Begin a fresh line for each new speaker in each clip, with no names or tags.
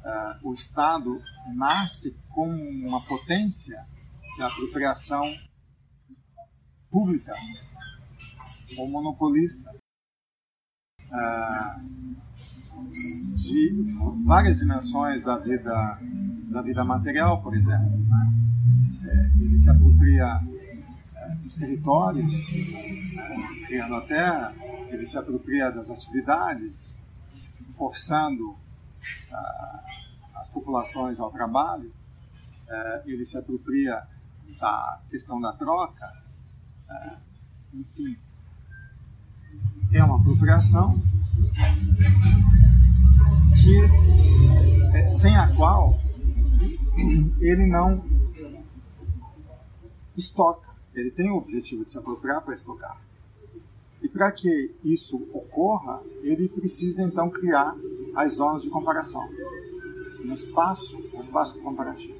o Estado nasce como uma potência de apropriação pública ou monopolista de várias dimensões da vida material, por exemplo. Ele se apropria dos territórios, criando a terra, ele se apropria das atividades, forçando as populações ao trabalho, ele se apropria da questão da troca, enfim, é uma apropriação sem a qual ele não estoca. Ele tem o objetivo de se apropriar para estocar. E para que isso ocorra, ele precisa então criar as zonas de comparação, um espaço comparativo.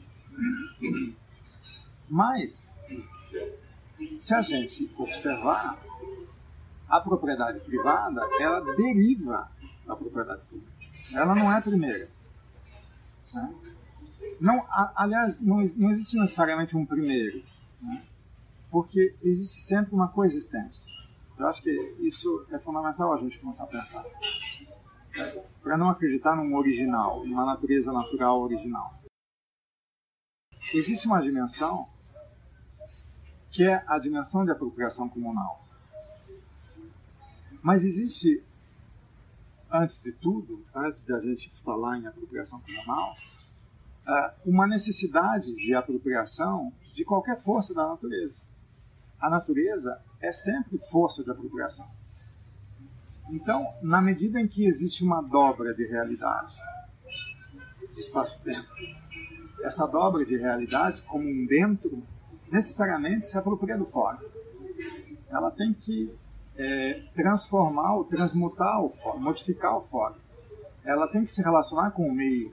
Mas, se a gente observar, a propriedade privada, ela deriva da propriedade pública. Ela não é a primeira. Né? Não, aliás, não existe necessariamente um primeiro, né? Porque existe sempre uma coexistência. Eu acho que isso é fundamental a gente começar a pensar. Para não acreditar num original, numa natureza natural original. Existe uma dimensão que é a dimensão de apropriação comunal. Mas existe, antes de tudo, antes de a gente falar em apropriação comunal, uma necessidade de apropriação de qualquer força da natureza. A natureza é sempre força de apropriação. Então, na medida em que existe uma dobra de realidade, de espaço-tempo, essa dobra de realidade, como um dentro, necessariamente se apropria do fora. Ela tem que transformar ou transmutar o fora, modificar o fora. Ela tem que se relacionar com o meio.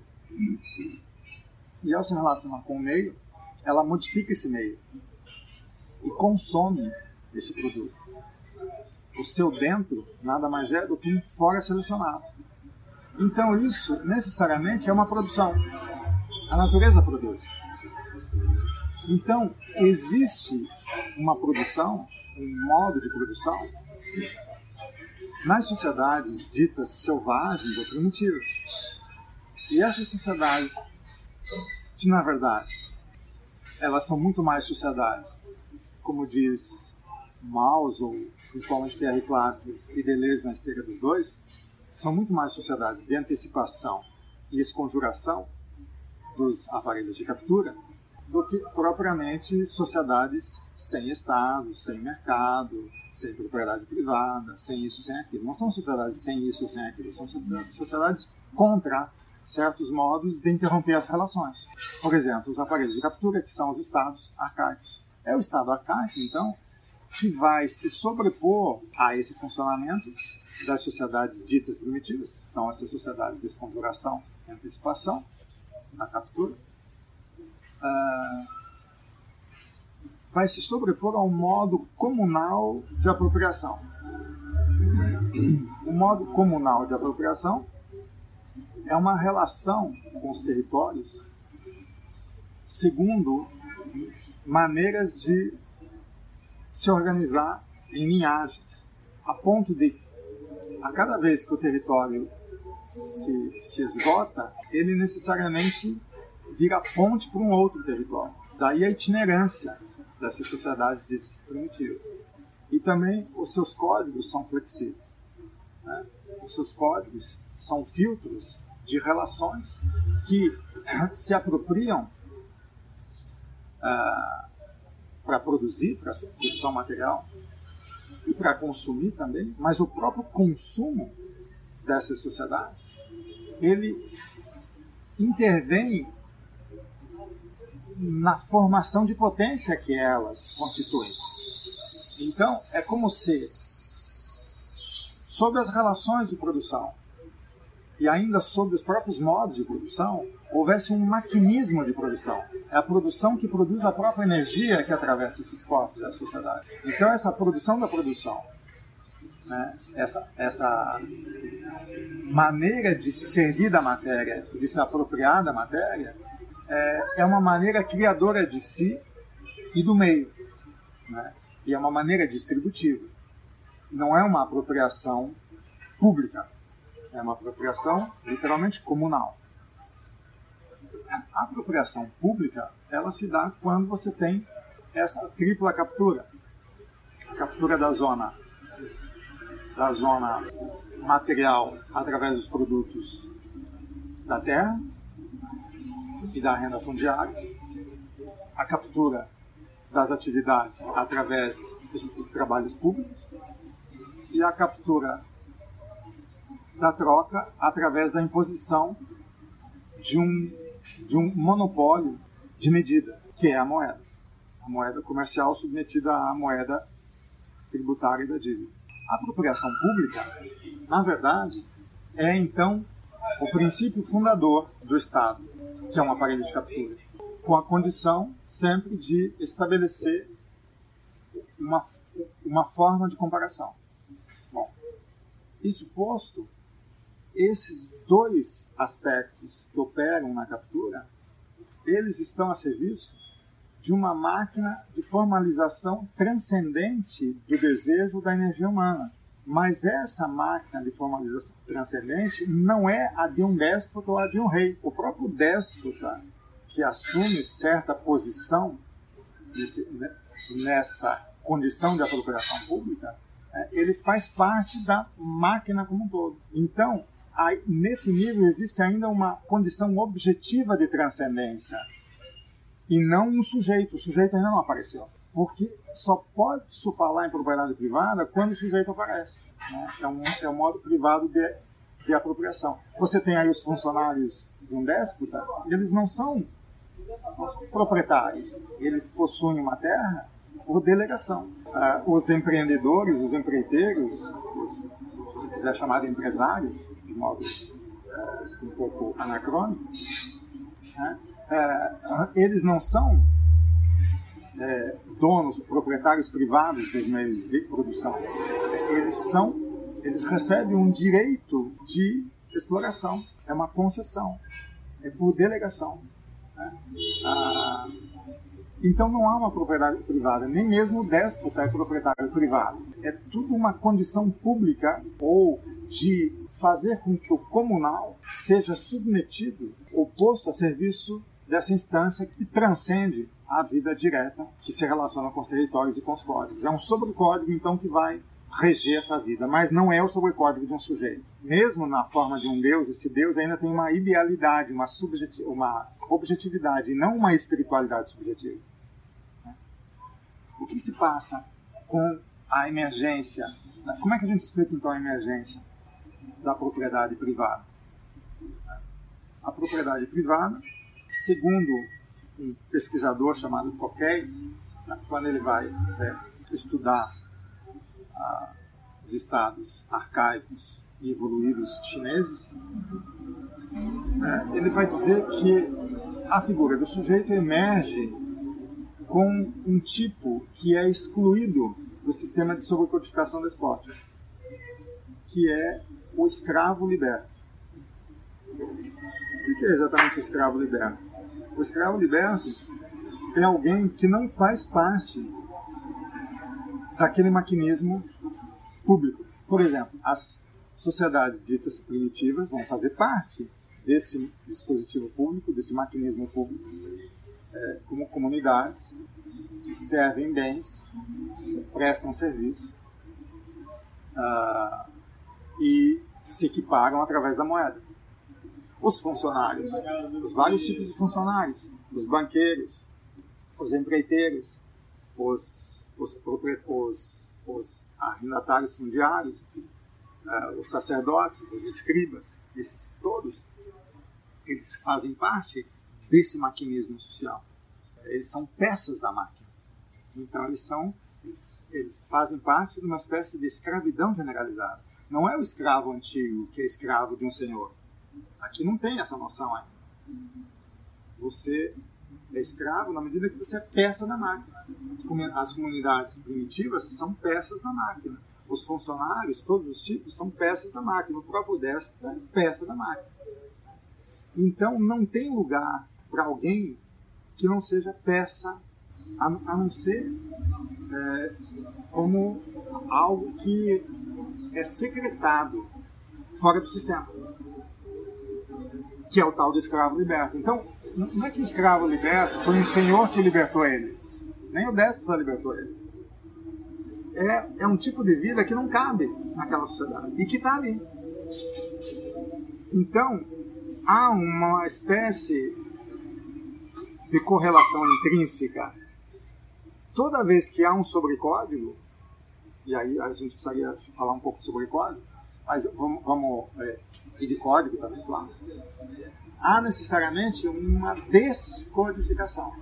E ao se relacionar com o meio, ela modifica esse meio e consome esse produto. O seu dentro nada mais é do que um fora selecionado. Então isso necessariamente é uma produção. A natureza produz. Então existe uma produção, um modo de produção nas sociedades ditas selvagens ou primitivas. E essas sociedades, que na verdade elas são muito mais sociedades, como diz Mauss ou principalmente Pierre Clastres e Deleuze na esteira dos dois, são muito mais sociedades de antecipação e esconjuração dos aparelhos de captura do que propriamente sociedades sem Estado, sem mercado, sem propriedade privada, sem isso, sem aquilo. Não são sociedades sem isso, sem aquilo, são sociedades contra certos modos de interromper as relações. Por exemplo, os aparelhos de captura, que são os estados arcaicos. É o estado arcaico, então, que vai se sobrepor a esse funcionamento das sociedades ditas primitivas, então essas sociedades de desconjuração e antecipação na captura, vai se sobrepor ao modo comunal de apropriação. O modo comunal de apropriação é uma relação com os territórios segundo maneiras de se organizar em linhagens, a ponto de, a cada vez que o território se esgota, ele necessariamente vira ponte para um outro território. Daí a itinerância dessas sociedades ditas primitivas. E também os seus códigos são flexíveis, né? Os seus códigos são filtros de relações que se apropriam para produzir, para a sua produção material e para consumir também, mas o próprio consumo dessas sociedades, ele intervém na formação de potência que elas constituem. Então, é como se, sob as relações de produção e ainda sob os próprios modos de produção, houvesse um maquinismo de produção. É a produção que produz a própria energia que atravessa esses corpos da sociedade. Então, essa produção da produção, né, essa maneira de se servir da matéria, de se apropriar da matéria, é uma maneira criadora de si e do meio, né? E é uma maneira distributiva. Não é uma apropriação pública, é uma apropriação literalmente comunal. A apropriação pública, ela se dá quando você tem essa tripla captura. A captura da zona material através dos produtos da terra e da renda fundiária, a captura das atividades através dos trabalhos públicos e a captura da troca através da imposição de um monopólio de medida, que é a moeda comercial submetida à moeda tributária da dívida. A apropriação pública, na verdade, é então o princípio fundador do Estado, que é um aparelho de captura, com a condição sempre de estabelecer uma forma de comparação. Bom, isso posto, esses dois aspectos que operam na captura, eles estão a serviço de uma máquina de formalização transcendente do desejo da energia humana. Mas essa máquina de formalização transcendente não é a de um déspota ou a de um rei. O próprio déspota, que assume certa posição nessa condição de apropriação pública, ele faz parte da máquina como um todo. Então, nesse nível existe ainda uma condição objetiva de transcendência e não um sujeito. O sujeito ainda não apareceu, porque só pode se falar em propriedade privada quando o sujeito aparece, né? É um modo privado de apropriação. Você tem aí os funcionários de um déspota, eles não são proprietários, eles possuem uma terra por delegação. Os empreendedores, os empreiteiros, se quiser chamar de empresários, de modo um pouco anacrônico, né? Eles não são donos, proprietários privados dos meios de produção. Eles recebem um direito de exploração, é uma concessão, é por delegação, né? Então não há uma propriedade privada, nem mesmo o déspota é proprietário privado. É tudo uma condição pública ou de fazer com que o comunal seja submetido ou posto a serviço dessa instância que transcende a vida direta, que se relaciona com os territórios e com os códigos. É um sobrecódigo, então, que vai reger essa vida, mas não é o sobrecódigo de um sujeito. Mesmo na forma de um Deus, esse Deus ainda tem uma idealidade, uma objetividade, e não uma espiritualidade subjetiva. O que se passa com a emergência? Como é que a gente explica, então, a emergência da propriedade privada? A propriedade privada, segundo um pesquisador chamado Coquet, quando ele vai estudar os estados arcaicos e evoluídos chineses, ele vai dizer que a figura do sujeito emerge com um tipo que é excluído do sistema de sobrecodificação despótica, que é o escravo liberto. O que é exatamente o escravo liberto? O escravo liberto é alguém que não faz parte daquele maquinismo público. Por exemplo, as sociedades ditas primitivas vão fazer parte desse dispositivo público, desse maquinismo público, como comunidades que servem bens, prestam serviço e se equiparam através da moeda. Os funcionários, os vários tipos de funcionários, os banqueiros, os empreiteiros, os arrendatários fundiários, os sacerdotes, os escribas, esses todos, eles fazem parte desse maquinismo social. Eles são peças da máquina. Então eles fazem parte de uma espécie de escravidão generalizada. Não é o escravo antigo que é escravo de um senhor. Aqui não tem essa noção ainda. Você é escravo na medida que você é peça da máquina. As comunidades primitivas são peças da máquina. Os funcionários, todos os tipos, são peças da máquina. O próprio déspota é peça da máquina. Então, não tem lugar para alguém que não seja peça, a não ser como algo que é secretado fora do sistema, que é o tal do escravo liberto. Então, não é que o escravo liberto foi o senhor que libertou ele, nem o déspota libertou ele. É um tipo de vida que não cabe naquela sociedade e que está ali. Então, há uma espécie de correlação intrínseca. Toda vez que há um sobrecódigo, e aí a gente precisaria falar um pouco sobre código, mas vamos e de código também, claro. Há necessariamente uma descodificação.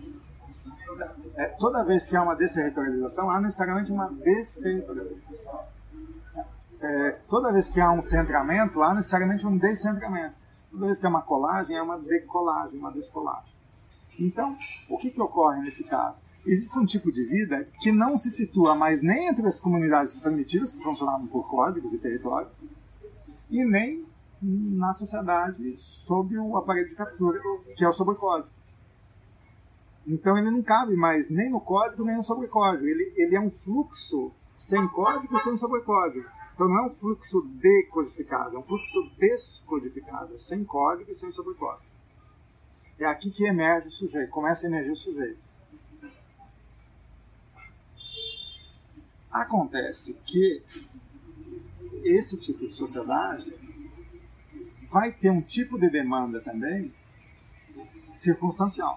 Toda vez que há uma desterritorialização, há necessariamente uma desterritorialização. Toda vez que há um centramento, há necessariamente um descentramento. Toda vez que há uma colagem, é uma decolagem, uma descolagem. Então, o que ocorre nesse caso? Existe um tipo de vida que não se situa mais nem entre as comunidades primitivas, que funcionavam por códigos e territórios, e nem na sociedade sob o aparelho de captura, que é o sobrecódigo. Então ele não cabe mais nem no código, nem no sobrecódigo. Ele é um fluxo sem código e sem sobrecódigo. Então não é um fluxo decodificado, é um fluxo descodificado, sem código e sem sobrecódigo. É aqui que emerge o sujeito, começa a emergir o sujeito. Acontece que esse tipo de sociedade vai ter um tipo de demanda também circunstancial.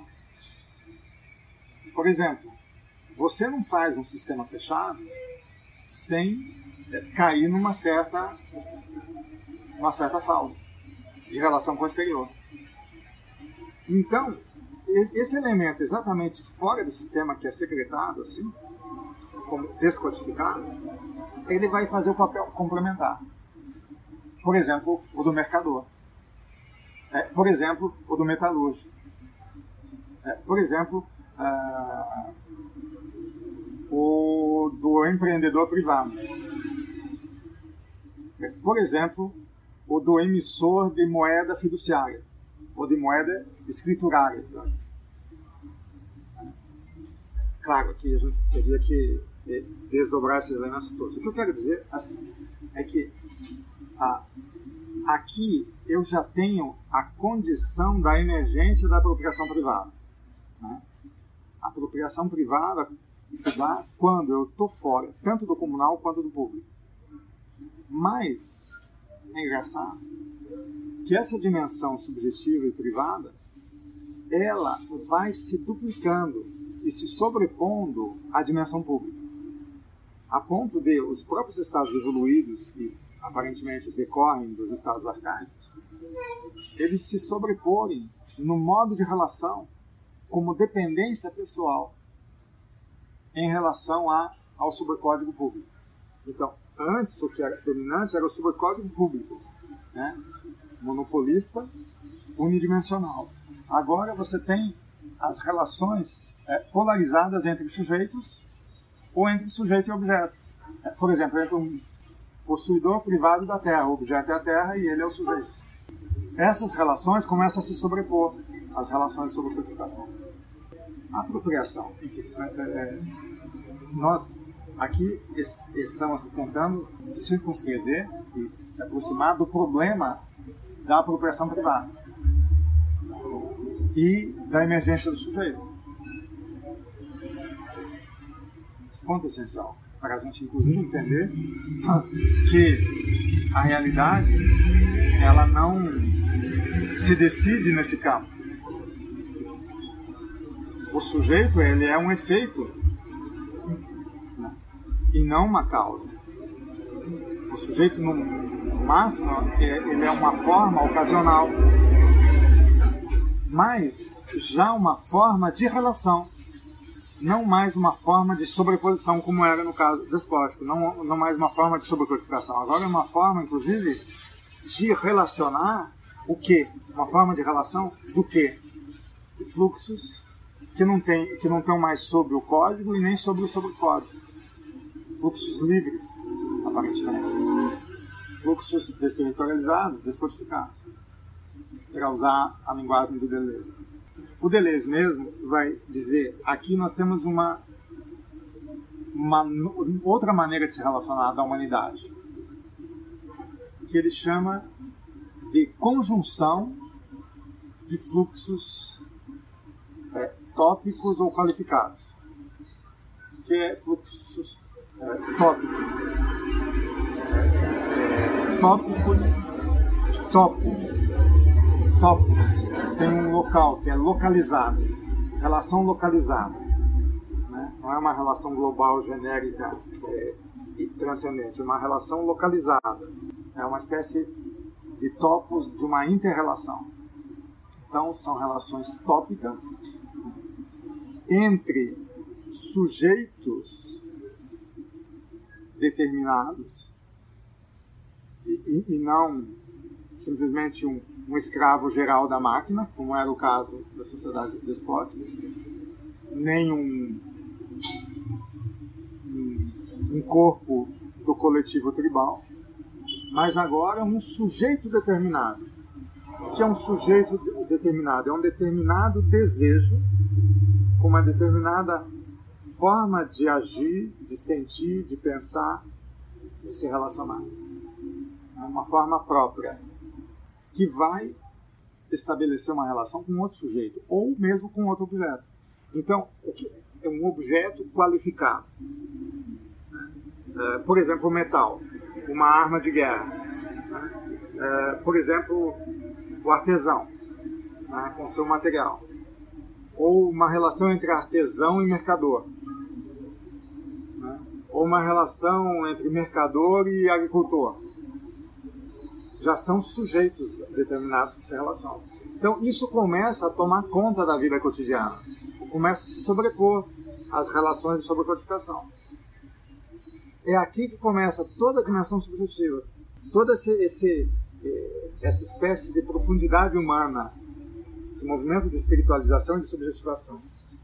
Por exemplo, você não faz um sistema fechado sem cair numa certa falta de relação com o exterior. Então, esse elemento exatamente fora do sistema, que é secretado, assim, como descodificado, ele vai fazer o papel complementar. Por exemplo, o do mercador. Por exemplo, o do metalúrgico. Por exemplo, o do empreendedor privado. Por exemplo, o do emissor de moeda fiduciária, ou de moeda escriturária. Claro, aqui a gente teria que desdobrar esses elementos todos. O que eu quero dizer assim, é que aqui eu já tenho a condição da emergência da apropriação privada. Né? A apropriação privada se dá quando eu estou fora, tanto do comunal quanto do público. Mas é engraçado que essa dimensão subjetiva e privada, ela vai se duplicando e se sobrepondo à dimensão pública, a ponto de os próprios estados evoluídos, que aparentemente decorrem dos estados arcaicos, eles se sobreporem no modo de relação como dependência pessoal em relação ao sobrecódigo público. Então, antes o que era dominante era o sobrecódigo público, né? Monopolista, unidimensional. Agora você tem as relações polarizadas entre sujeitos ou entre sujeito e objeto. Por exemplo, entre um possuidor privado da terra, o objeto é a terra e ele é o sujeito. Essas relações começam a se sobrepor às relações de sobrecodificação. A apropriação, enfim, nós aqui estamos tentando circunscrever e se aproximar do problema da apropriação privada e da emergência do sujeito. Esse ponto é essencial para a gente, inclusive, entender que a realidade ela não se decide nesse campo. O sujeito ele é um efeito, né? E não uma causa. O sujeito, no máximo, ele é uma forma ocasional, mas já uma forma de relação, não mais uma forma de sobreposição, como era no caso despótico, não mais uma forma de sobrecodificação. Agora é uma forma, inclusive, de relacionar o quê? Uma forma de relação do quê? De fluxos que não estão mais sobre o código e nem sobre o sobrecódigo. Fluxos livres, aparentemente. Fluxos desterritorializados, descodificados, para usar a linguagem do Deleuze. O Deleuze mesmo vai dizer, aqui nós temos uma outra maneira de se relacionar à humanidade, que ele chama de conjunção de fluxos tópicos ou qualificados, que é fluxos tópicos. Tópicos tem um local que é localizado, relação localizada, né? Não é uma relação global, genérica e transcendente, é uma relação localizada, é uma espécie de topos de uma inter-relação. Então são relações tópicas entre sujeitos determinados e não simplesmente um escravo geral da máquina, como era o caso da sociedade despótica, nem um corpo do coletivo tribal, mas agora um sujeito determinado. O que é um sujeito determinado? É um determinado desejo, com uma determinada forma de agir, de sentir, de pensar, de se relacionar. É uma forma própria, que vai estabelecer uma relação com outro sujeito, ou mesmo com outro objeto. Então, é um objeto qualificado. Por exemplo, o metal, uma arma de guerra. Por exemplo, o artesão, com seu material. Ou uma relação entre artesão e mercador. Ou uma relação entre mercador e agricultor. Já são sujeitos determinados que se relacionam. Então, isso começa a tomar conta da vida cotidiana. Começa a se sobrepor às relações de sobrecodificação. É aqui que começa toda a dimensão subjetiva. Toda essa espécie de profundidade humana, esse movimento de espiritualização e de subjetivação.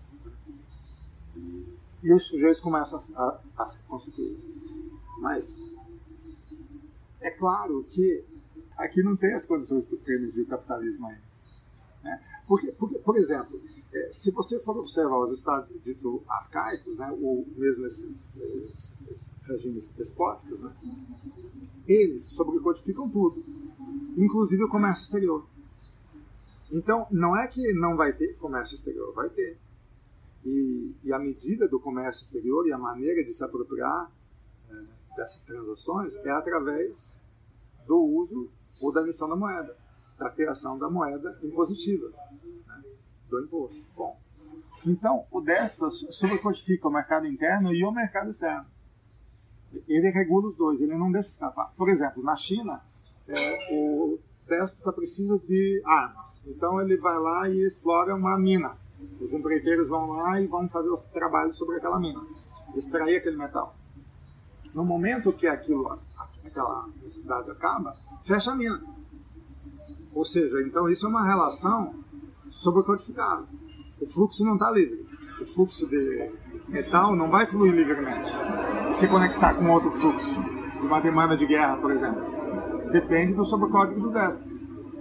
E os sujeitos começam a se constituir. Mas é claro que aqui não tem as condições para emergir o capitalismo ainda. Né? Porque, por exemplo, se você for observar os estados dito arcaicos, né, ou mesmo esses regimes despóticos, né, eles sobrecodificam tudo, inclusive o comércio exterior. Então, não é que não vai ter comércio exterior, vai ter. E a medida do comércio exterior e a maneira de se apropriar dessas transações é através do uso ou da emissão da moeda, da criação da moeda impositiva, né, do imposto. Bom, então, o déspota sobrecodifica o mercado interno e o mercado externo. Ele regula os dois, ele não deixa escapar. Por exemplo, na China, o déspota precisa de armas. Então, ele vai lá e explora uma mina. Os empreiteiros vão lá e vão fazer os trabalhos sobre aquela mina, extrair aquele metal. No momento que aquela necessidade acaba, fecha a mina. Ou seja, então isso é uma relação sobrecodificada. O fluxo não está livre. O fluxo de metal não vai fluir livremente e se conectar com outro fluxo, de uma demanda de guerra, por exemplo. Depende do sobrecódigo do déspota.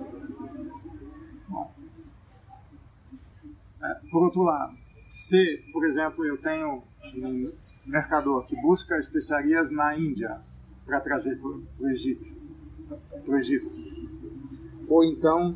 Bom, por outro lado, se, por exemplo, eu tenho um mercador que busca especiarias na Índia para trazer para o Egito, ou então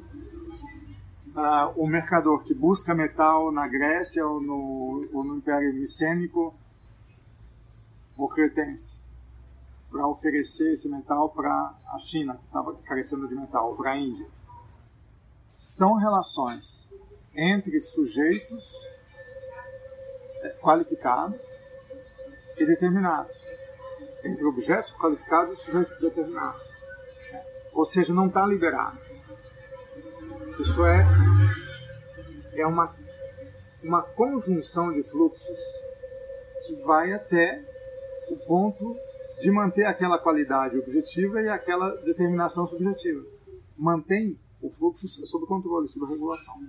o mercador que busca metal na Grécia ou no Império Micênico ou Cretense, para oferecer esse metal para a China, que estava carecendo de metal, ou para a Índia. São relações entre sujeitos qualificados e determinados, entre objetos qualificados e sujeitos determinados. Ou seja, não está liberado. Isso é uma conjunção de fluxos que vai até o ponto de manter aquela qualidade objetiva e aquela determinação subjetiva. Mantém o fluxo sob controle, sob regulação.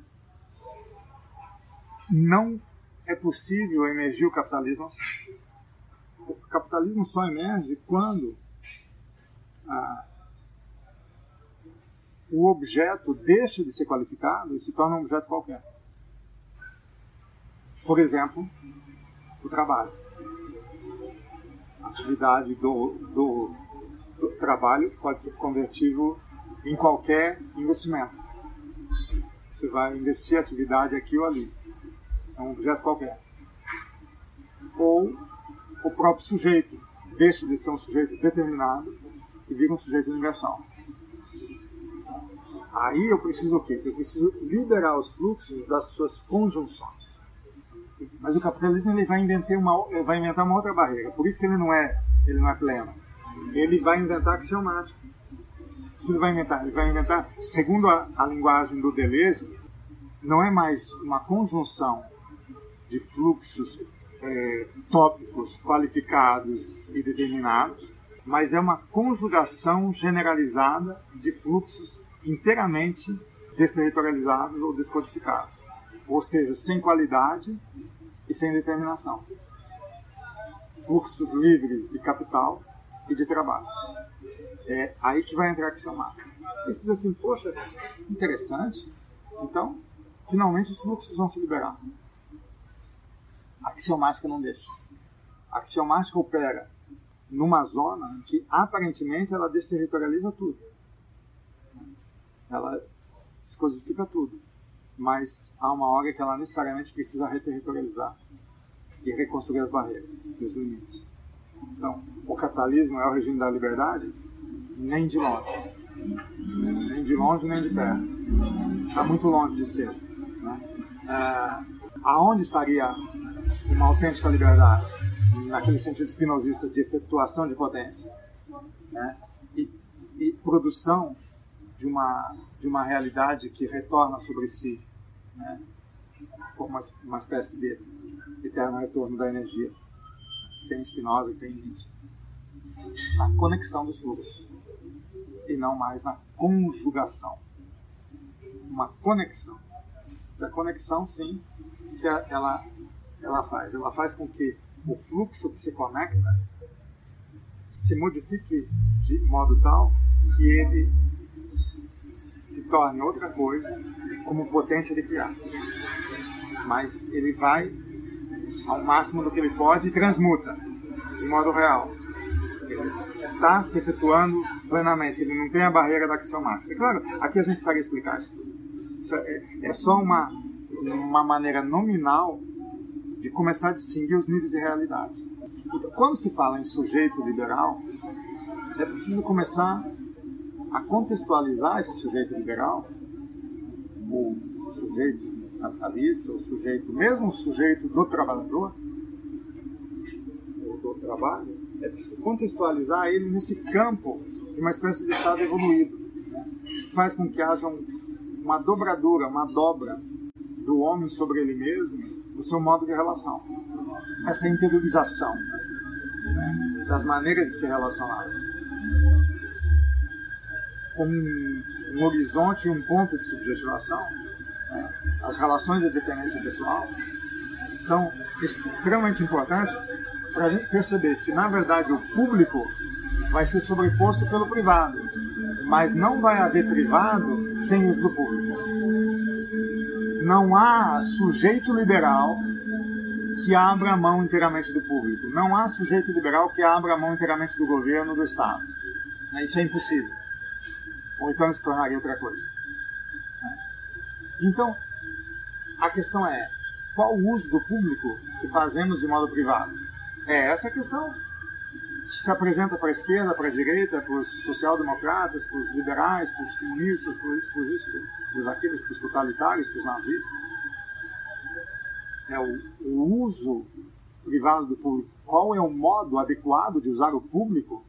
Não é possível emergir o capitalismo assim. O capitalismo só emerge quando o objeto deixa de ser qualificado e se torna um objeto qualquer. Por exemplo, o trabalho. A atividade do trabalho pode ser convertível em qualquer investimento. Você vai investir atividade aqui ou ali. É um objeto qualquer. Ou o próprio sujeito deixa de ser um sujeito determinado e vira um sujeito universal. Aí eu preciso o quê? Eu preciso liberar os fluxos das suas conjunções. Mas o capitalismo ele vai inventar uma outra barreira. Por isso que ele não é pleno. Ele vai inventar axiomática. O que ele vai inventar? Ele vai inventar, segundo a linguagem do Deleuze, não é mais uma conjunção de fluxos tópicos, qualificados e determinados, mas é uma conjugação generalizada de fluxos inteiramente desterritorializados ou descodificados. Ou seja, sem qualidade e sem determinação. Fluxos livres de capital e de trabalho. É aí que vai entrar a axiomática. Você diz assim, poxa, interessante. Então, finalmente os fluxos vão se liberar. A axiomática não deixa. A axiomática opera numa zona em que, aparentemente, ela desterritorializa tudo. Ela descodifica tudo. Mas há uma hora que ela necessariamente precisa reterritorializar e reconstruir as barreiras e os limites. Então, o capitalismo é o regime da liberdade? Nem de longe. Nem de longe, nem de perto. Está muito longe de ser. Né? Aonde estaria uma autêntica liberdade? Naquele sentido espinosista de efetuação de potência. Né? E produção de uma realidade que retorna sobre si, né? Como uma espécie de eterno retorno da energia. Tem Spinoza e tem Nietzsche. Na conexão dos fluxos. E não mais na conjugação. Uma conexão. A conexão, sim, que ela faz. Ela faz com que o fluxo que se conecta se modifique de modo tal que ele se torne outra coisa como potência de criar. Mas ele vai ao máximo do que ele pode e transmuta de modo real. Ele está se efetuando plenamente, ele não tem a barreira da axiomática. É claro, aqui a gente precisa explicar isso tudo. Isso é só uma maneira nominal de começar a distinguir os níveis de realidade. Então, quando se fala em sujeito liberal, é preciso começar a contextualizar esse sujeito liberal, o sujeito capitalista, o sujeito, mesmo o sujeito do trabalhador, ou do trabalho, é preciso contextualizar ele nesse campo de uma espécie de estado evoluído, né? Que faz com que haja uma dobradura, uma dobra do homem sobre ele mesmo, do seu modo de relação. Essa interiorização, né, das maneiras de se relacionar. Como um horizonte e um ponto de subjetivação, né, as relações de dependência pessoal são extremamente importantes para a gente perceber que, na verdade, o público vai ser sobreposto pelo privado, mas não vai haver privado sem uso do público. Não há sujeito liberal que abra a mão inteiramente do público. Não há sujeito liberal que abra a mão inteiramente do governo, do Estado. Isso é impossível. Ou então ele se tornaria outra coisa. Então, a questão é, qual o uso do público que fazemos de modo privado? É essa a questão que se apresenta para a esquerda, para a direita, para os social-democratas, para os liberais, para os comunistas, para os aqueles, para os totalitários, para os nazistas. É o uso privado do público. Qual é o modo adequado de usar o público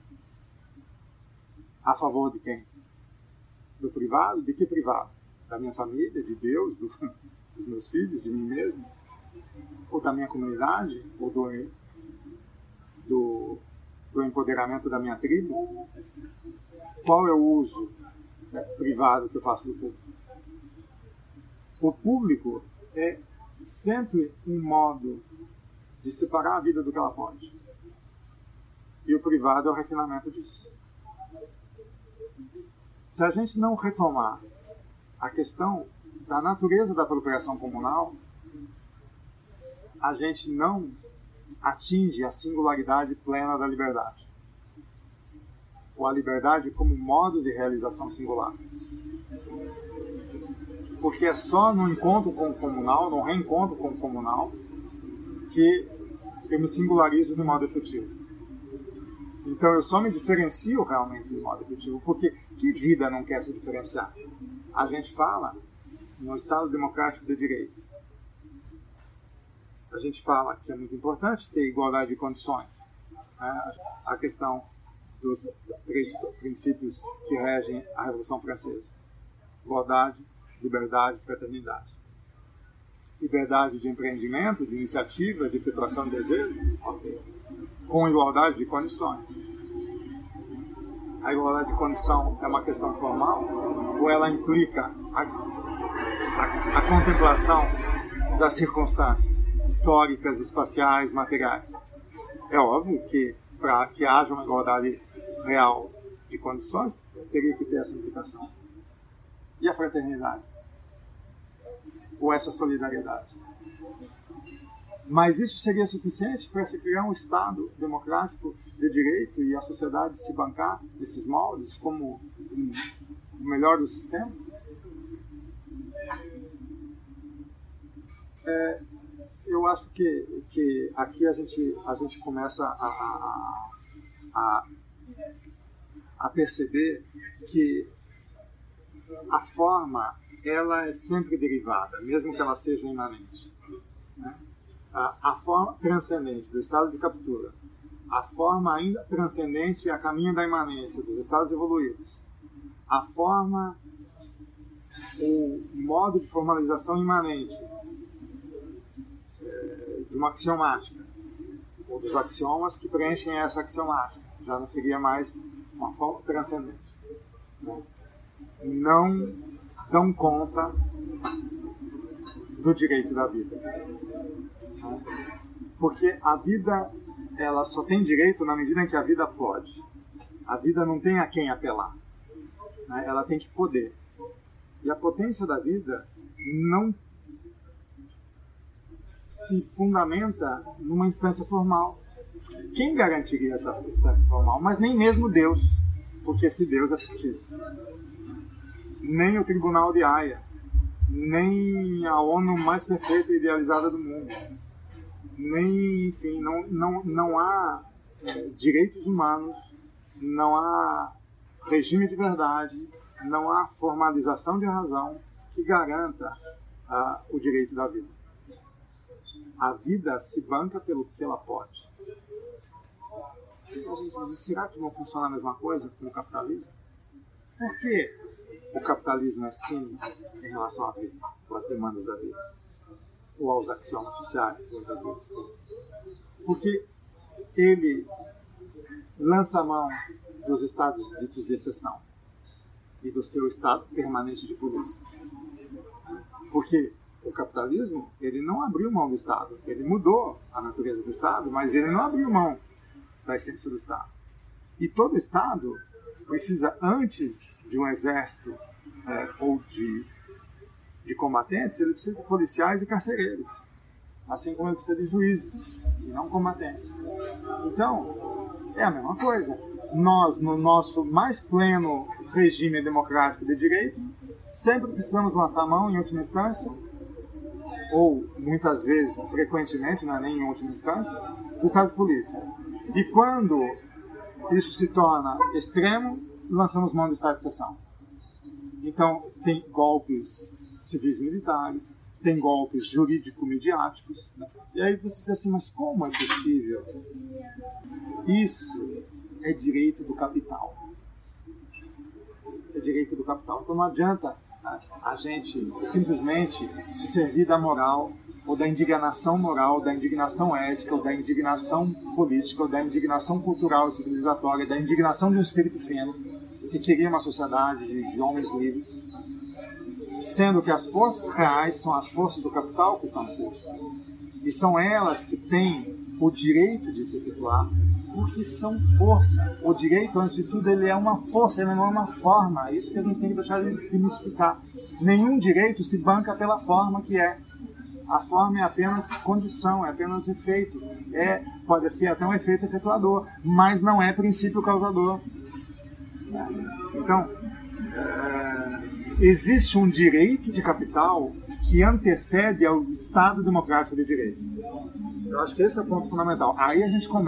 a favor de quem? Do privado? De que privado? Da minha família, de Deus, dos meus filhos, de mim mesmo? Ou da minha comunidade? Ou do empoderamento da minha tribo? Qual é o uso privado que eu faço do público? O público é sempre um modo de separar a vida do que ela pode. E o privado é o refinamento disso. Se a gente não retomar a questão da natureza da apropriação comunal, a gente não atinge a singularidade plena da liberdade, ou a liberdade como modo de realização singular. Porque é só no encontro com o comunal, no reencontro com o comunal, que eu me singularizo de modo efetivo. Então eu só me diferencio realmente de modo efetivo, porque que vida não quer se diferenciar? A gente fala no Estado Democrático de Direito. A gente fala que é muito importante ter igualdade de condições. Né? A questão dos 3 princípios que regem a Revolução Francesa: igualdade, liberdade e fraternidade. Liberdade de empreendimento, de iniciativa, de efetuação de desejo, ok, com igualdade de condições. A igualdade de condição é uma questão formal ou ela implica a contemplação das circunstâncias históricas, espaciais, materiais? É óbvio que para que haja uma igualdade real de condições, teria que ter essa implicação. E a fraternidade? Ou essa solidariedade? Mas isso seria suficiente para se criar um Estado democrático de direito e a sociedade se bancar desses moldes como o melhor dos sistemas? Eu acho que aqui a gente começa a perceber que a forma ela é sempre derivada, mesmo que ela seja imanente. Né? A forma transcendente do estado de captura, a forma ainda transcendente a caminho da imanência dos estados evoluídos, a forma, o modo de formalização imanente de uma axiomática, ou dos axiomas que preenchem essa axiomática, já não seria mais uma forma transcendente. Né? Não dão conta do direito da vida. Porque a vida, ela só tem direito na medida em que a vida pode. A vida não tem a quem apelar. Ela tem que poder. E a potência da vida não se fundamenta numa instância formal. Quem garantiria essa instância formal? Mas nem mesmo Deus, porque esse Deus é fictício. Nem o Tribunal de Haia, nem a ONU mais perfeita e idealizada do mundo, nem, enfim, não há direitos humanos, não há regime de verdade, não há formalização de razão que garanta o direito da vida. A vida se banca pelo que ela pode. A gente diz, será que não funciona a mesma coisa com o capitalismo? Por que o capitalismo é sim em relação à vida, ou às demandas da vida, ou aos axiomas sociais, muitas vezes? Porque ele lança a mão dos estados ditos de exceção e do seu estado permanente de polícia. Porque o capitalismo, ele não abriu mão do Estado, ele mudou a natureza do Estado, mas ele não abriu mão da essência do Estado. E todo Estado precisa, antes de um exército ou de combatentes, ele precisa de policiais e carcereiros, assim como ele precisa de juízes e não combatentes. Então, é a mesma coisa. Nós, no nosso mais pleno regime democrático de direito, sempre precisamos lançar a mão, em última instância, ou muitas vezes, frequentemente, não é nem em última instância, do Estado de polícia. E quando isso se torna extremo, lançamos mão do estado de exceção. Então, tem golpes civis militares, tem golpes jurídico-midiáticos. Né? E aí você diz assim, mas como é possível? Isso é direito do capital. É direito do capital. Então não adianta a gente simplesmente se servir da moral, ou da indignação moral, da indignação ética, ou da indignação política, ou da indignação cultural e civilizatória, da indignação de um espírito fino, que queria uma sociedade de homens livres, sendo que as forças reais são as forças do capital que estão no curso. E são elas que têm o direito de se efetuar, porque são força. O direito, antes de tudo, ele é uma força, ele não é uma forma. É isso que a gente tem que deixar de mistificar. Nenhum direito se banca pela forma que é. A forma é apenas condição, é apenas efeito. Pode ser até um efeito efetuador, mas não é princípio causador. Então, existe um direito de capital que antecede ao Estado democrático de direito. Eu acho que esse é o ponto fundamental. Aí a gente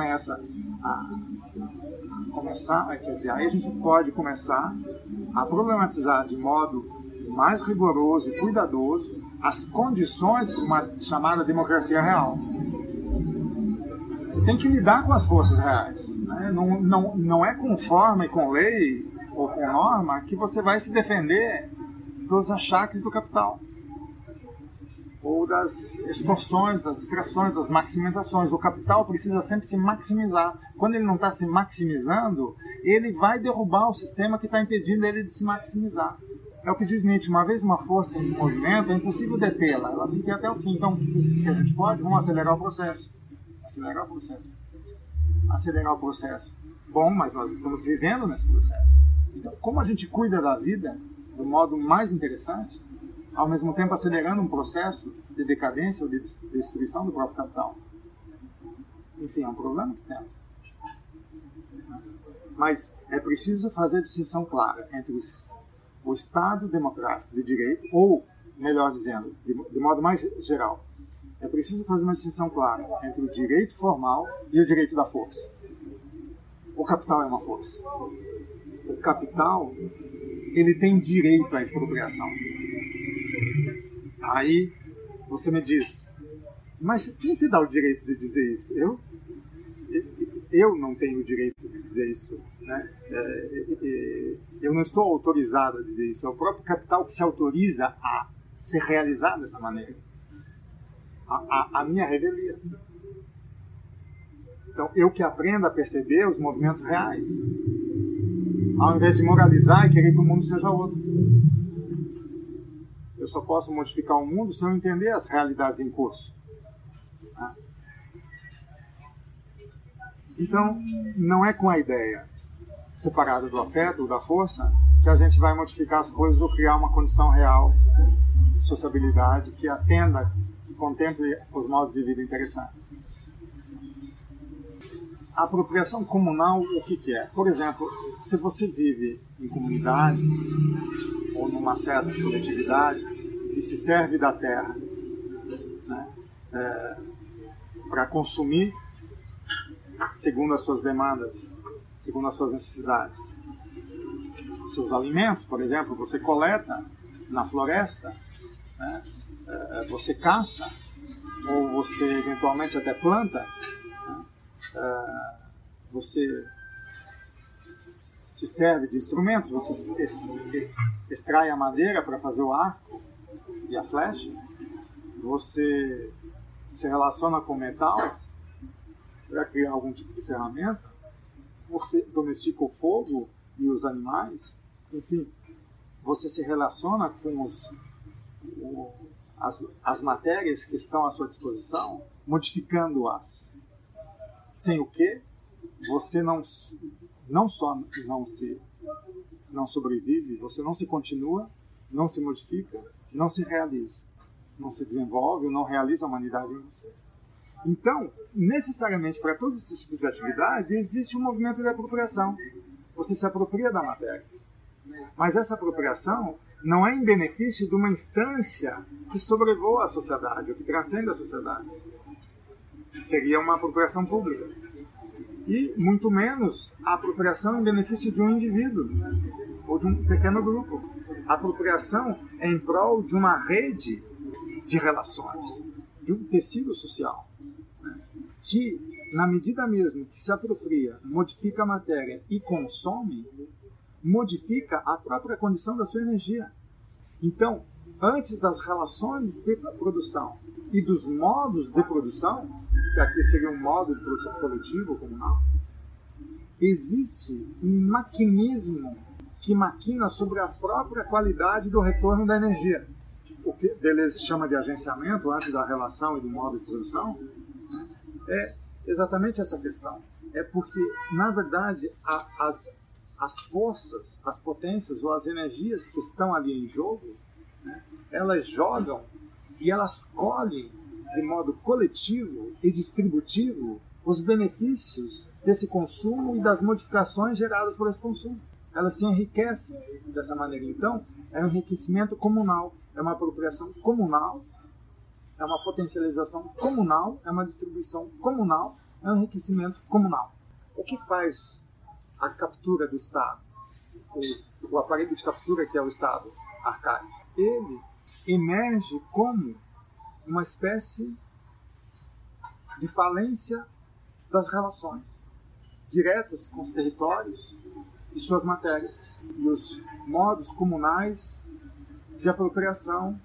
aí a gente pode começar a problematizar de modo mais rigoroso e cuidadoso as condições para uma chamada democracia real. Você tem que lidar com as forças reais. Né? Não é com forma e com lei ou com norma que você vai se defender dos achaques do capital. Ou das extorsões, das extrações, das maximizações. O capital precisa sempre se maximizar. Quando ele não está se maximizando, ele vai derrubar o sistema que está impedindo ele de se maximizar. É o que diz Nietzsche, uma vez uma força em movimento, é impossível detê-la, ela tem que ir até o fim. Então, o que a gente pode? Vamos acelerar o processo. Acelerar o processo. Bom, mas nós estamos vivendo nesse processo. Então, como a gente cuida da vida do modo mais interessante, ao mesmo tempo acelerando um processo de decadência ou de destruição do próprio capital. Enfim, é um problema que temos. Mas é preciso fazer a distinção clara entre o Estado democrático de direito, ou, melhor dizendo, de modo mais geral, é preciso fazer uma distinção clara entre o direito formal e o direito da força. O capital é uma força. O capital, ele tem direito à expropriação. Aí você me diz, mas quem te dá o direito de dizer isso? Eu não tenho o direito de dizer isso. Né? Eu não estou autorizado a dizer isso. É o próprio capital que se autoriza a ser realizado dessa maneira. A minha revelia. Então, eu que aprendo a perceber os movimentos reais, ao invés de moralizar e querer que o mundo seja outro. Eu só posso modificar o mundo se eu entender as realidades em curso. Então, não é com a ideia separada do afeto ou da força que a gente vai modificar as coisas ou criar uma condição real de sociabilidade que atenda, que contemple os modos de vida interessantes. A apropriação comunal, o que é? Por exemplo, se você vive em comunidade ou numa certa coletividade e se serve da terra, né, para consumir segundo as suas demandas, segundo as suas necessidades. Os seus alimentos, por exemplo, você coleta na floresta, né, você caça, ou você eventualmente até planta, né, você se serve de instrumentos, você extrai a madeira para fazer o arco e a flecha, você se relaciona com o metal para criar algum tipo de ferramenta, você domestica o fogo e os animais, enfim, você se relaciona com as matérias que estão à sua disposição, modificando-as. Sem o que você não só não sobrevive, você não se continua, não se modifica, não se realiza, não se desenvolve, não realiza a humanidade em você. Então, necessariamente para todos esses tipos de atividade existe um movimento de apropriação. Você se apropria da matéria. Mas essa apropriação não é em benefício de uma instância que sobrevoa a sociedade, ou que transcende a sociedade, que seria uma apropriação pública. E, muito menos, a apropriação em benefício de um indivíduo, ou de um pequeno grupo. A apropriação é em prol de uma rede de relações, de um tecido social, que, na medida mesmo que se apropria, modifica a matéria e consome, modifica a própria condição da sua energia. Então, antes das relações de produção e dos modos de produção, que aqui seria um modo de produção coletivo, comunal, existe um maquinismo que maquina sobre a própria qualidade do retorno da energia. O que Deleuze chama de agenciamento, antes da relação e do modo de produção, é exatamente essa questão. é porque, na verdade, as forças, as potências ou as energias que estão ali em jogo, né, elas jogam e elas colhem de modo coletivo e distributivo os benefícios desse consumo e das modificações geradas por esse consumo. Elas se enriquecem dessa maneira. Então, é um enriquecimento comunal, é uma apropriação comunal, é uma potencialização comunal, é uma distribuição comunal, é um enriquecimento comunal. O que faz a captura do Estado, o aparelho de captura que é o Estado arcaico? Ele emerge como uma espécie de falência das relações diretas com os territórios e suas matérias e os modos comunais de apropriação,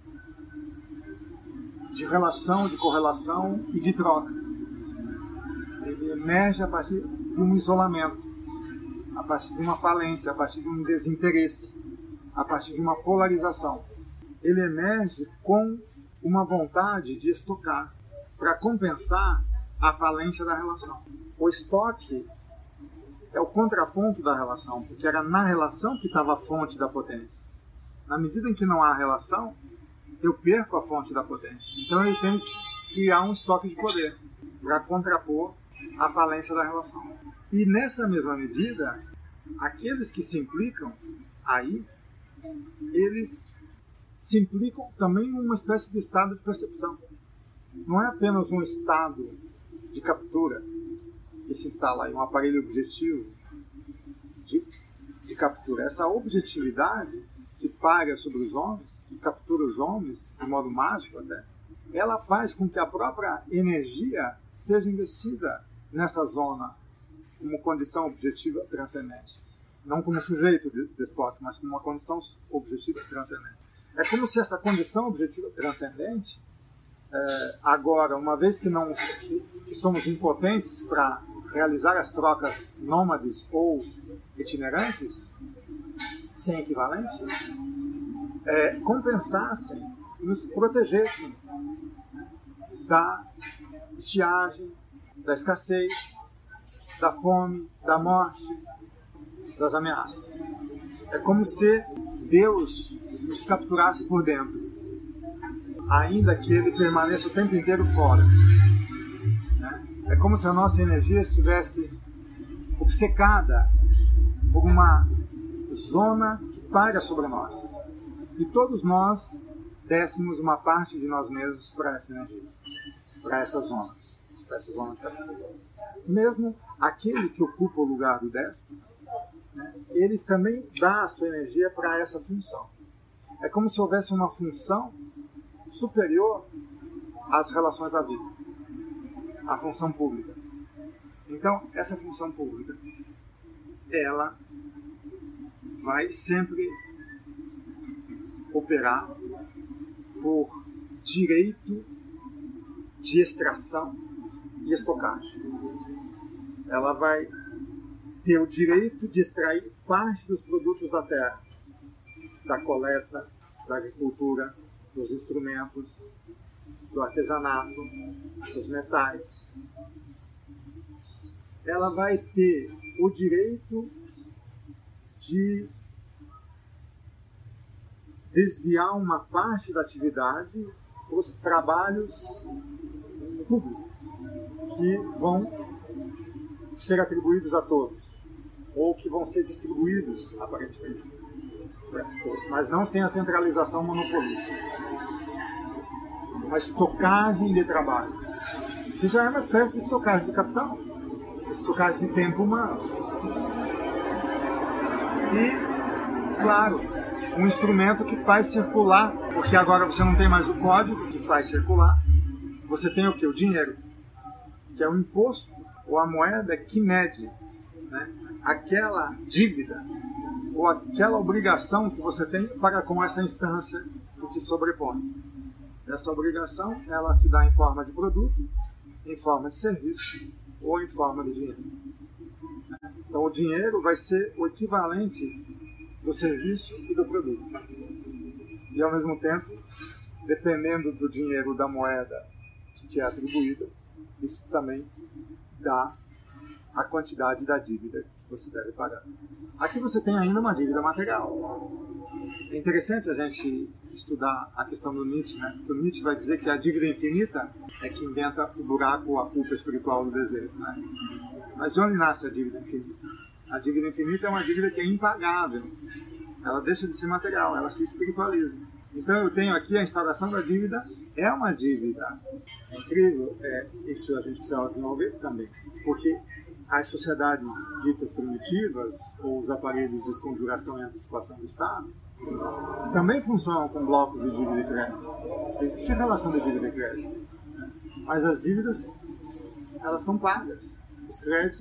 de relação, de correlação e de troca. Ele emerge a partir de um isolamento, a partir de uma falência, a partir de um desinteresse, a partir de uma polarização. Ele emerge com uma vontade de estocar para compensar a falência da relação. O estoque é o contraponto da relação, porque era na relação que estava a fonte da potência. Na medida em que não há relação, eu perco a fonte da potência. Então eu tenho que criar um estoque de poder para contrapor a falência da relação. E nessa mesma medida, aqueles que se implicam aí, eles se implicam também em uma espécie de estado de percepção. Não é apenas um estado de captura que se instala aí, um aparelho objetivo de captura. Essa objetividade que paira sobre os homens, que captura os homens de modo mágico até, ela faz com que a própria energia seja investida nessa zona como condição objetiva transcendente. Não como sujeito despótico, mas como uma condição objetiva transcendente. É como se essa condição objetiva transcendente, agora, uma vez que somos impotentes para realizar as trocas nômades ou itinerantes, sem equivalente, compensassem, nos protegessem da estiagem, da escassez, da fome, da morte, das ameaças. É como se Deus nos capturasse por dentro, ainda que ele permaneça o tempo inteiro fora. É como se a nossa energia estivesse obcecada por uma zona que paira sobre nós. E todos nós dessemos uma parte de nós mesmos para essa energia, para essa zona de captura. Mesmo aquele que ocupa o lugar do déspota, ele também dá a sua energia para essa função. É como se houvesse uma função superior às relações da vida, a função pública. Então, essa função pública, ela vai sempre operar por direito de extração e estocagem. Ela vai ter o direito de extrair parte dos produtos da terra, da coleta, da agricultura, dos instrumentos, do artesanato, dos metais. Ela vai ter o direito de desviar uma parte da atividade para os trabalhos públicos, que vão ser atribuídos a todos, ou que vão ser distribuídos, aparentemente, para todos, mas não sem a centralização monopolista. Uma estocagem de trabalho, que já é uma espécie de estocagem de capital, estocagem de tempo humano. E, claro, um instrumento que faz circular, porque agora você não tem mais o código que faz circular, você tem o quê? O dinheiro, que é o imposto, ou a moeda que mede, aquela dívida, ou aquela obrigação que você tem para com essa instância que te sobrepõe. Essa obrigação, ela se dá em forma de produto, em forma de serviço, ou em forma de dinheiro. Então, o dinheiro vai ser o equivalente do serviço e do produto. E, ao mesmo tempo, dependendo do dinheiro, da moeda que te é atribuída, isso também dá a quantidade da dívida que você deve pagar. Aqui você tem ainda uma dívida material. É interessante a gente estudar a questão do Nietzsche, né? Porque o Nietzsche vai dizer que a dívida infinita é que inventa o buraco ou a culpa espiritual do desejo, né? Mas de onde nasce a dívida infinita? A dívida infinita é uma dívida que é impagável. Ela deixa de ser material, ela se espiritualiza. Então eu tenho aqui a instauração da dívida, é uma dívida. É incrível, isso a gente precisa desenvolver também, porque as sociedades ditas primitivas, ou os aparelhos de desconjuração e antecipação do Estado, também funcionam com blocos de dívida e crédito. Existe a relação de dívida e crédito, né? Mas as dívidas, elas são pagas. Os créditos,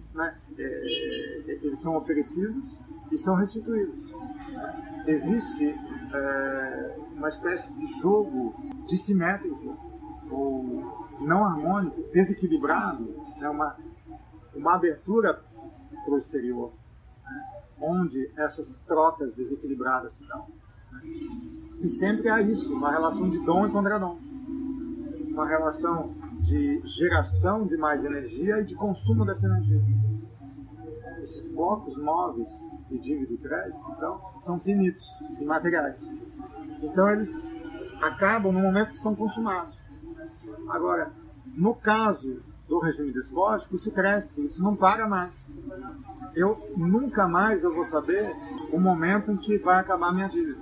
eles são oferecidos e são restituídos. Existe uma espécie de jogo dissimétrico ou não harmônico, desequilibrado, né? uma abertura para o exterior, né? Onde essas trocas desequilibradas se dão. Né? E sempre há isso, uma relação de dom e contradom. Uma relação de geração de mais energia e de consumo dessa energia. Esses blocos móveis de dívida e crédito, então, são finitos e materiais. Então, eles acabam no momento que são consumados. Agora, no caso do regime despótico, isso cresce, isso não para mais. Nunca mais eu vou saber o momento em que vai acabar a minha dívida.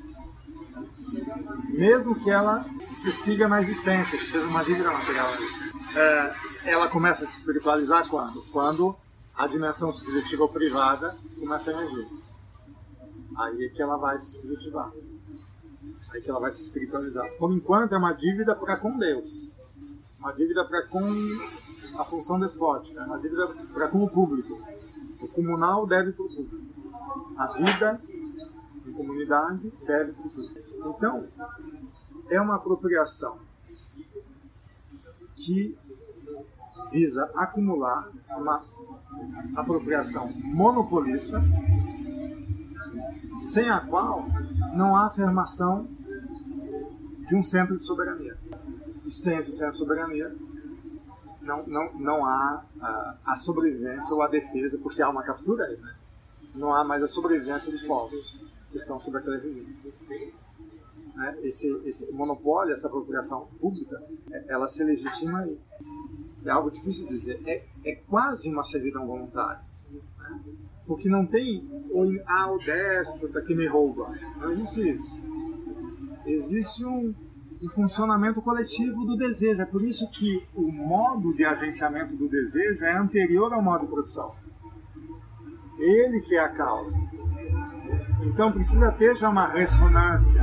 Mesmo que ela se siga na existência, que seja uma dívida material. Ela começa a se espiritualizar quando? Quando a dimensão subjetiva ou privada começa a emergir. Aí é que ela vai se subjetivar. Aí que ela vai se espiritualizar. Por enquanto é uma dívida para com Deus. Uma dívida para com a função despótica. Uma dívida para com o público. O comunal deve para o público. A vida em comunidade deve para o público. Então, é uma apropriação que visa acumular uma apropriação monopolista, sem a qual não há afirmação de um centro de soberania. E sem esse centro de soberania, não há a sobrevivência ou a defesa, porque há uma captura aí, né? Não há mais a sobrevivência dos povos que estão sob aquele regime. Esse monopólio, essa apropriação pública, ela se legitima aí. É algo difícil de dizer. É quase uma servidão voluntária. Né? Porque não tem o déspota que me rouba. Não existe isso. Existe um funcionamento coletivo do desejo. É por isso que o modo de agenciamento do desejo é anterior ao modo de produção. Ele que é a causa. Então precisa ter já uma ressonância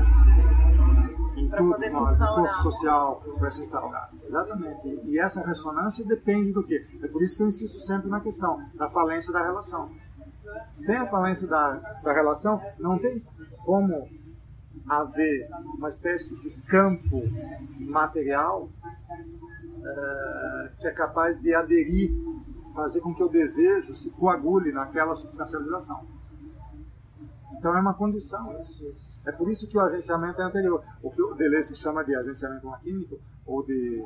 em tudo, no corpo social, para se instaurar. Exatamente. E essa ressonância depende do quê? É por isso que eu insisto sempre na questão da falência da relação. Sem a falência da relação, não tem como haver uma espécie de campo material que é capaz de aderir, fazer com que o desejo se coagule naquela substancialização. Então é uma condição. É por isso que o agenciamento é anterior. O que o Deleuze chama de agenciamento maquínico ou de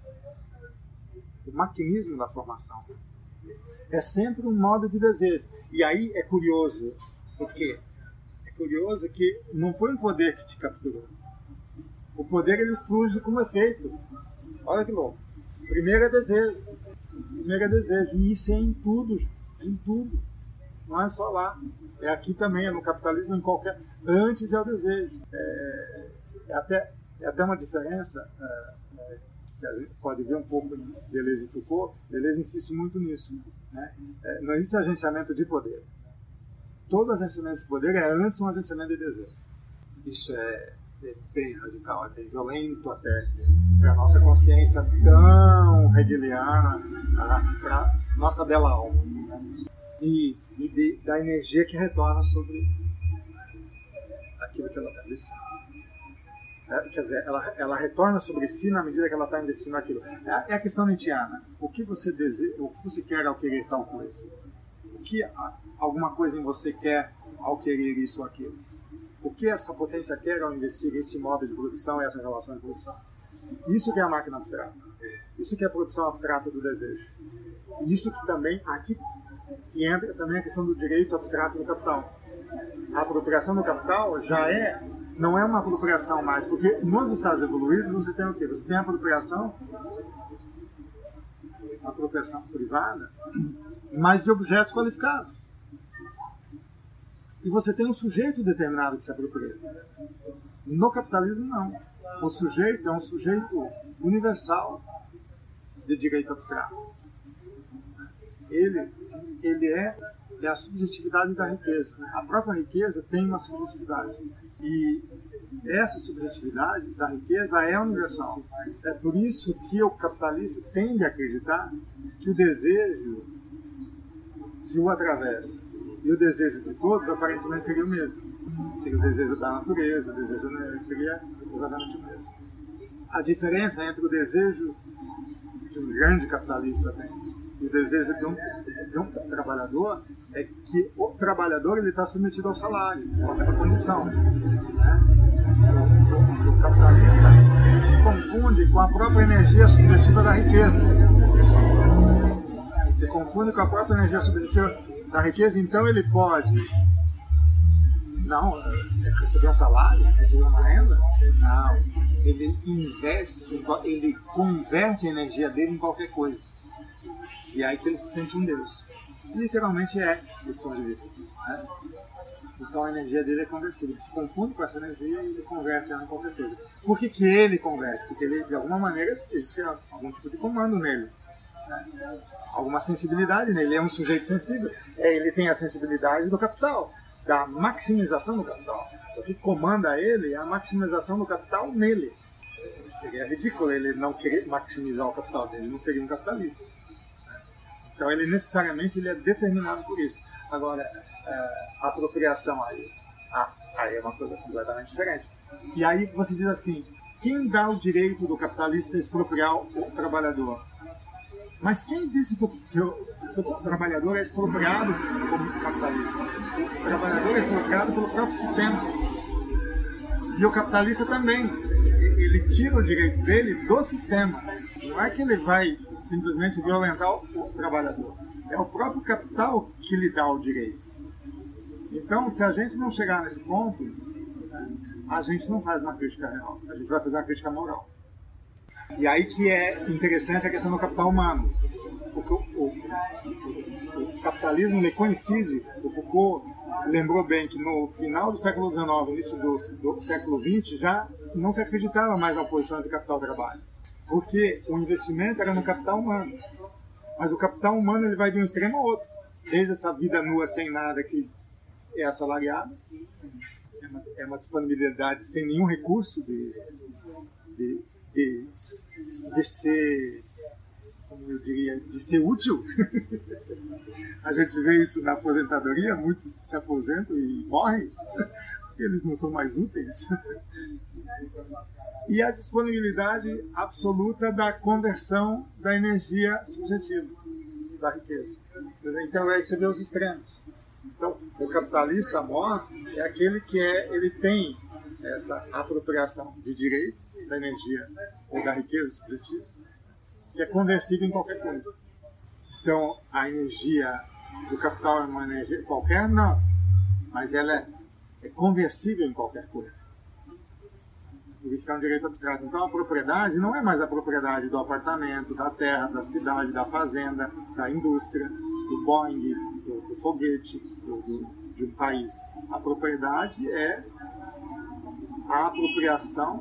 maquinismo da formação. É sempre um modo de desejo. E aí é curioso. Por quê? É curioso que não foi um poder que te capturou. O poder ele surge como efeito. Olha que louco. Primeiro é desejo. E isso é em tudo. Em tudo. Não é só lá. É aqui também, é no capitalismo, em qualquer... Antes é o desejo. É até uma diferença que a gente pode ver um pouco em Deleuze e Foucault. Deleuze insiste muito nisso. Né? Não existe agenciamento de poder. Todo agenciamento de poder é antes um agenciamento de desejo. Isso é bem radical, é bem violento até para a nossa consciência tão hegeliana, para a nossa bela alma. Né? E da energia que retorna sobre aquilo que ela está investindo. Quer dizer, ela retorna sobre si na medida que ela está investindo naquilo. É a questão nietzschiana. O que você deseja, o que você quer ao querer tal coisa? O que alguma coisa em você quer ao querer isso ou aquilo? O que essa potência quer ao investir esse modo de produção e essa relação de produção? Isso que é a máquina abstrata. Isso que é a produção abstrata do desejo. E isso que também, aqui que entra também a questão do direito abstrato do capital. A apropriação do capital não é uma apropriação mais, porque nos estados evoluídos você tem o quê? Você tem a apropriação privada, mas de objetos qualificados. E você tem um sujeito determinado que se apropria. No capitalismo, não. O sujeito é um sujeito universal de direito abstrato. Ele é a subjetividade da riqueza. A própria riqueza tem uma subjetividade. E essa subjetividade da riqueza é universal. É por isso que o capitalista tende a acreditar que o desejo que o atravessa e o desejo de todos aparentemente seria o mesmo. Seria o desejo da natureza, o desejo seria exatamente o mesmo. A diferença entre o desejo que um grande capitalista tem e o desejo de um trabalhador é que o trabalhador está submetido ao salário, à condição. O capitalista ele se confunde com a própria energia subjetiva da riqueza. Se confunde com a própria energia subjetiva da riqueza, então ele pode receber um salário, receber uma renda? Não. Ele investe, ele converte a energia dele em qualquer coisa. E é aí que ele se sente um Deus. E literalmente desse ponto de vista. Né? Então a energia dele é conversível. Ele se confunde com essa energia e ele converte ela em qualquer coisa. Por que ele converte? Porque ele, de alguma maneira, existe algum tipo de comando nele. Né? Alguma sensibilidade nele. Ele é um sujeito sensível. Ele tem a sensibilidade do capital, da maximização do capital. O que comanda ele é a maximização do capital nele. Seria ridículo ele não querer maximizar o capital dele. Ele não seria um capitalista. Então ele necessariamente ele é determinado por isso. Agora, a apropriação aí é uma coisa completamente diferente. E aí você diz assim, quem dá o direito do capitalista a expropriar o trabalhador? Mas quem disse que o trabalhador é expropriado como capitalista? O trabalhador é expropriado pelo próprio sistema. E o capitalista também. Ele tira o direito dele do sistema. Não é que ele vai simplesmente violentar o trabalhador. É o próprio capital que lhe dá o direito. Então, se a gente não chegar nesse ponto, a gente não faz uma crítica real. A gente vai fazer uma crítica moral. E aí que é interessante a questão do capital humano. Porque o capitalismo ele coincide, o Foucault lembrou bem que no final do século XIX, início do século XX, já não se acreditava mais na oposição entre capital e trabalho. Porque o investimento era no capital humano. Mas o capital humano ele vai de um extremo ao outro. Desde essa vida nua sem nada que é assalariada, é uma disponibilidade sem nenhum recurso de ser, como eu diria, de ser útil. A gente vê isso na aposentadoria, muitos se aposentam e morrem, porque eles não são mais úteis. E a disponibilidade absoluta da conversão da energia subjetiva, da riqueza. Então aí você vê os extremos. Então, o capitalista mor é aquele que ele tem essa apropriação de direitos da energia ou da riqueza subjetiva, que é conversível em qualquer coisa. Então, a energia do capital é uma energia qualquer? Não. Mas ela é conversível em qualquer coisa. Por isso que é um direito abstrato. Então, a propriedade não é mais a propriedade do apartamento, da terra, da cidade, da fazenda, da indústria, do Boeing, do foguete, de um país. A propriedade é a apropriação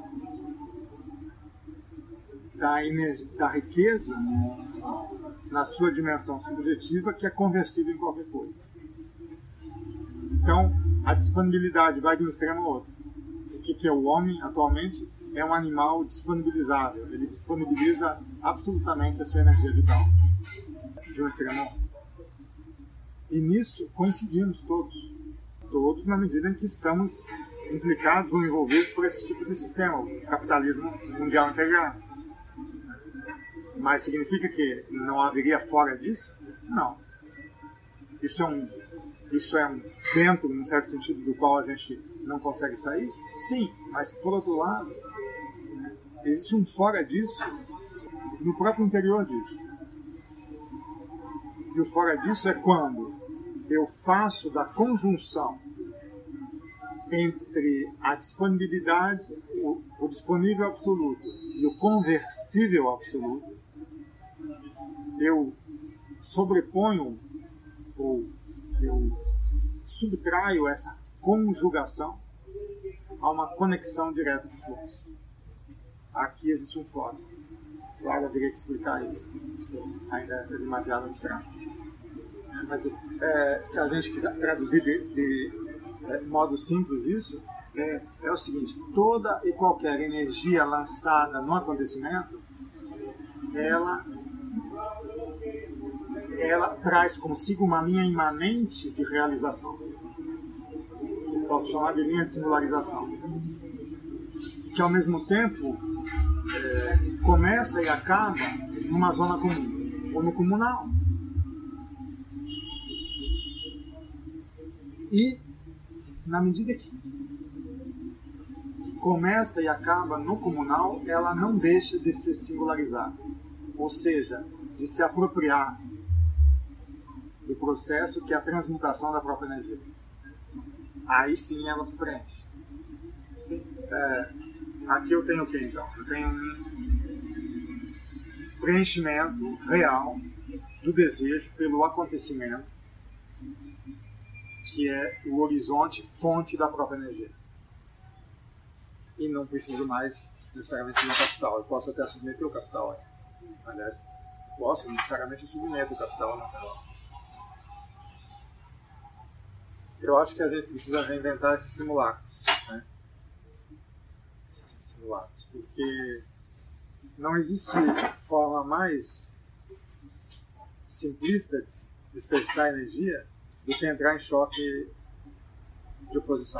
da riqueza na sua dimensão subjetiva, que é conversível em qualquer coisa. Então, a disponibilidade vai de um extremo ao outro. O que é o homem, atualmente, é um animal disponibilizável. Ele disponibiliza absolutamente a sua energia vital, de um extremo ao outro. E nisso coincidimos todos na medida em que estamos implicados ou envolvidos por esse tipo de sistema, o capitalismo mundial integrado. Mas significa que não haveria fora disso? Não. Isso é um dentro, num certo sentido, do qual a gente não consegue sair? Sim, mas por outro lado, existe um fora disso no próprio interior disso. E o fora disso é quando eu faço da conjunção entre a disponibilidade, o disponível absoluto e o conversível absoluto, eu sobreponho ou eu subtraio essa conjugação a uma conexão direta do fluxo. Aqui existe um fora. Claro, eu teria que explicar isso. Isso ainda é demasiado abstrato. Mas se a gente quiser traduzir de modo simples isso, é o seguinte: toda e qualquer energia lançada no acontecimento, ela traz consigo uma linha imanente de realização. Posso chamar de linha de singularização. Que ao mesmo tempo começa e acaba numa zona comum, ou no comunal. E, na medida que começa e acaba no comunal, ela não deixa de se singularizar. Ou seja, de se apropriar do processo que é a transmutação da própria energia. Aí sim ela se preenche. Aqui eu tenho o que então? Eu tenho um preenchimento real do desejo pelo acontecimento, que é o horizonte fonte da própria energia. E não preciso mais necessariamente do capital. Eu posso até submeter o capital. Aliás, posso necessariamente submeter o capital nessa relação. Eu acho que a gente precisa reinventar esses simulacros, né? Esses simulacros, porque não existe forma mais simplista de desperdiçar energia do que entrar em choque de oposição.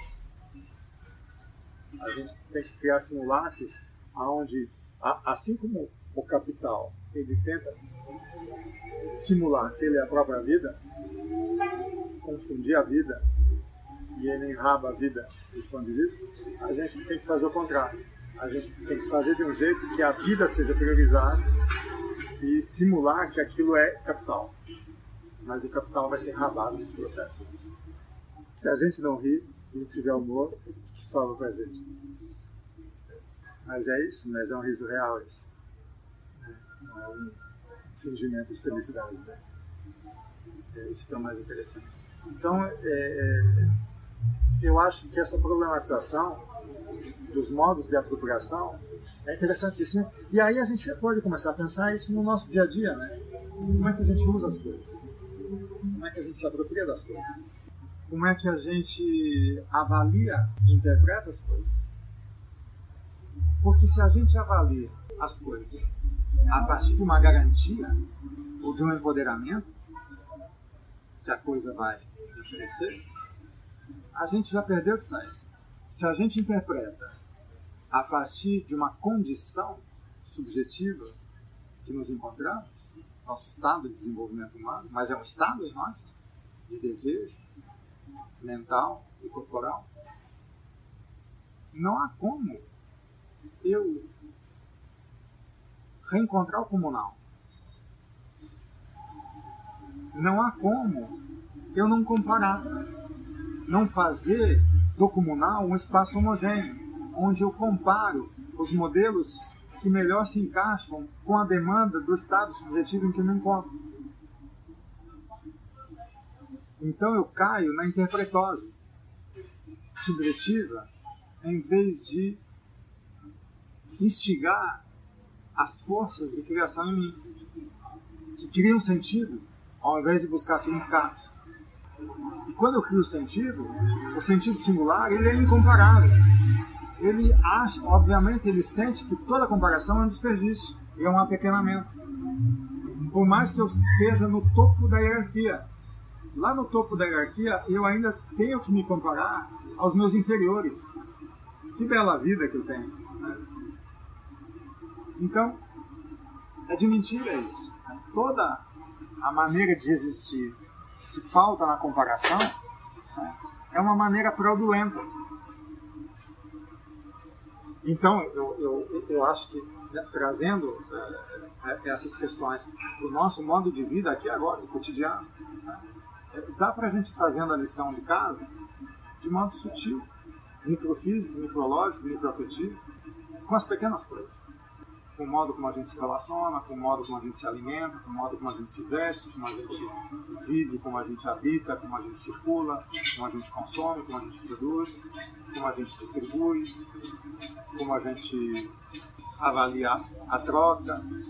A gente tem que criar simulacros onde, assim como o capital ele tenta simular que ele é a própria vida, confundir a vida e ele enraba a vida desse ponto de vista, a gente tem que fazer o contrário. A gente tem que fazer de um jeito que a vida seja priorizada e simular que aquilo é capital. Mas o capital vai ser enrabado nesse processo. Se a gente não rir e não tiver humor, que salva pra gente. Mas é isso, mas é um riso real isso. Não é um fingimento de felicidade. Né? É isso que é o mais interessante. Então, eu acho que essa problematização dos modos de apropriação é interessantíssima. E aí a gente pode começar a pensar isso no nosso dia a dia, né? Como é que a gente usa as coisas? Como é que a gente se apropria das coisas? Como é que a gente avalia e interpreta as coisas? Porque se a gente avalia as coisas a partir de uma garantia ou de um empoderamento que a coisa vai oferecer, a gente já perdeu de sair. Se a gente interpreta a partir de uma condição subjetiva que nos encontramos, nosso estado de desenvolvimento humano, mas é um estado em nós, de desejo mental e corporal, não há como eu reencontrar o comunal. Não há como eu não comparar, não fazer do comunal um espaço homogêneo, onde eu comparo os modelos que melhor se encaixam com a demanda do estado subjetivo em que eu me encontro. Então eu caio na interpretose subjetiva em vez de instigar as forças de criação em mim, que criam sentido ao invés de buscar significados. E quando eu crio sentido, o sentido singular ele é incomparável. Ele acha, obviamente, ele sente que toda comparação é um desperdício, é um apequenamento. Por mais que eu esteja no topo da hierarquia, lá no topo da hierarquia eu ainda tenho que me comparar aos meus inferiores. Que bela vida que eu tenho, né? Então, é de mentira isso. Toda a maneira de existir que se pauta na comparação, né, é uma maneira fraudulenta. Então, eu acho que, né, trazendo essas questões para o nosso modo de vida aqui agora, no cotidiano, né, dá para a gente ir fazendo a lição de casa de modo sutil, microfísico, micrológico, microafetivo, com as pequenas coisas. Com o modo como a gente se relaciona, com o modo como a gente se alimenta, com o modo como a gente se veste, como a gente vive, como a gente habita, como a gente circula, como a gente consome, como a gente produz, como a gente distribui, como a gente avalia a troca.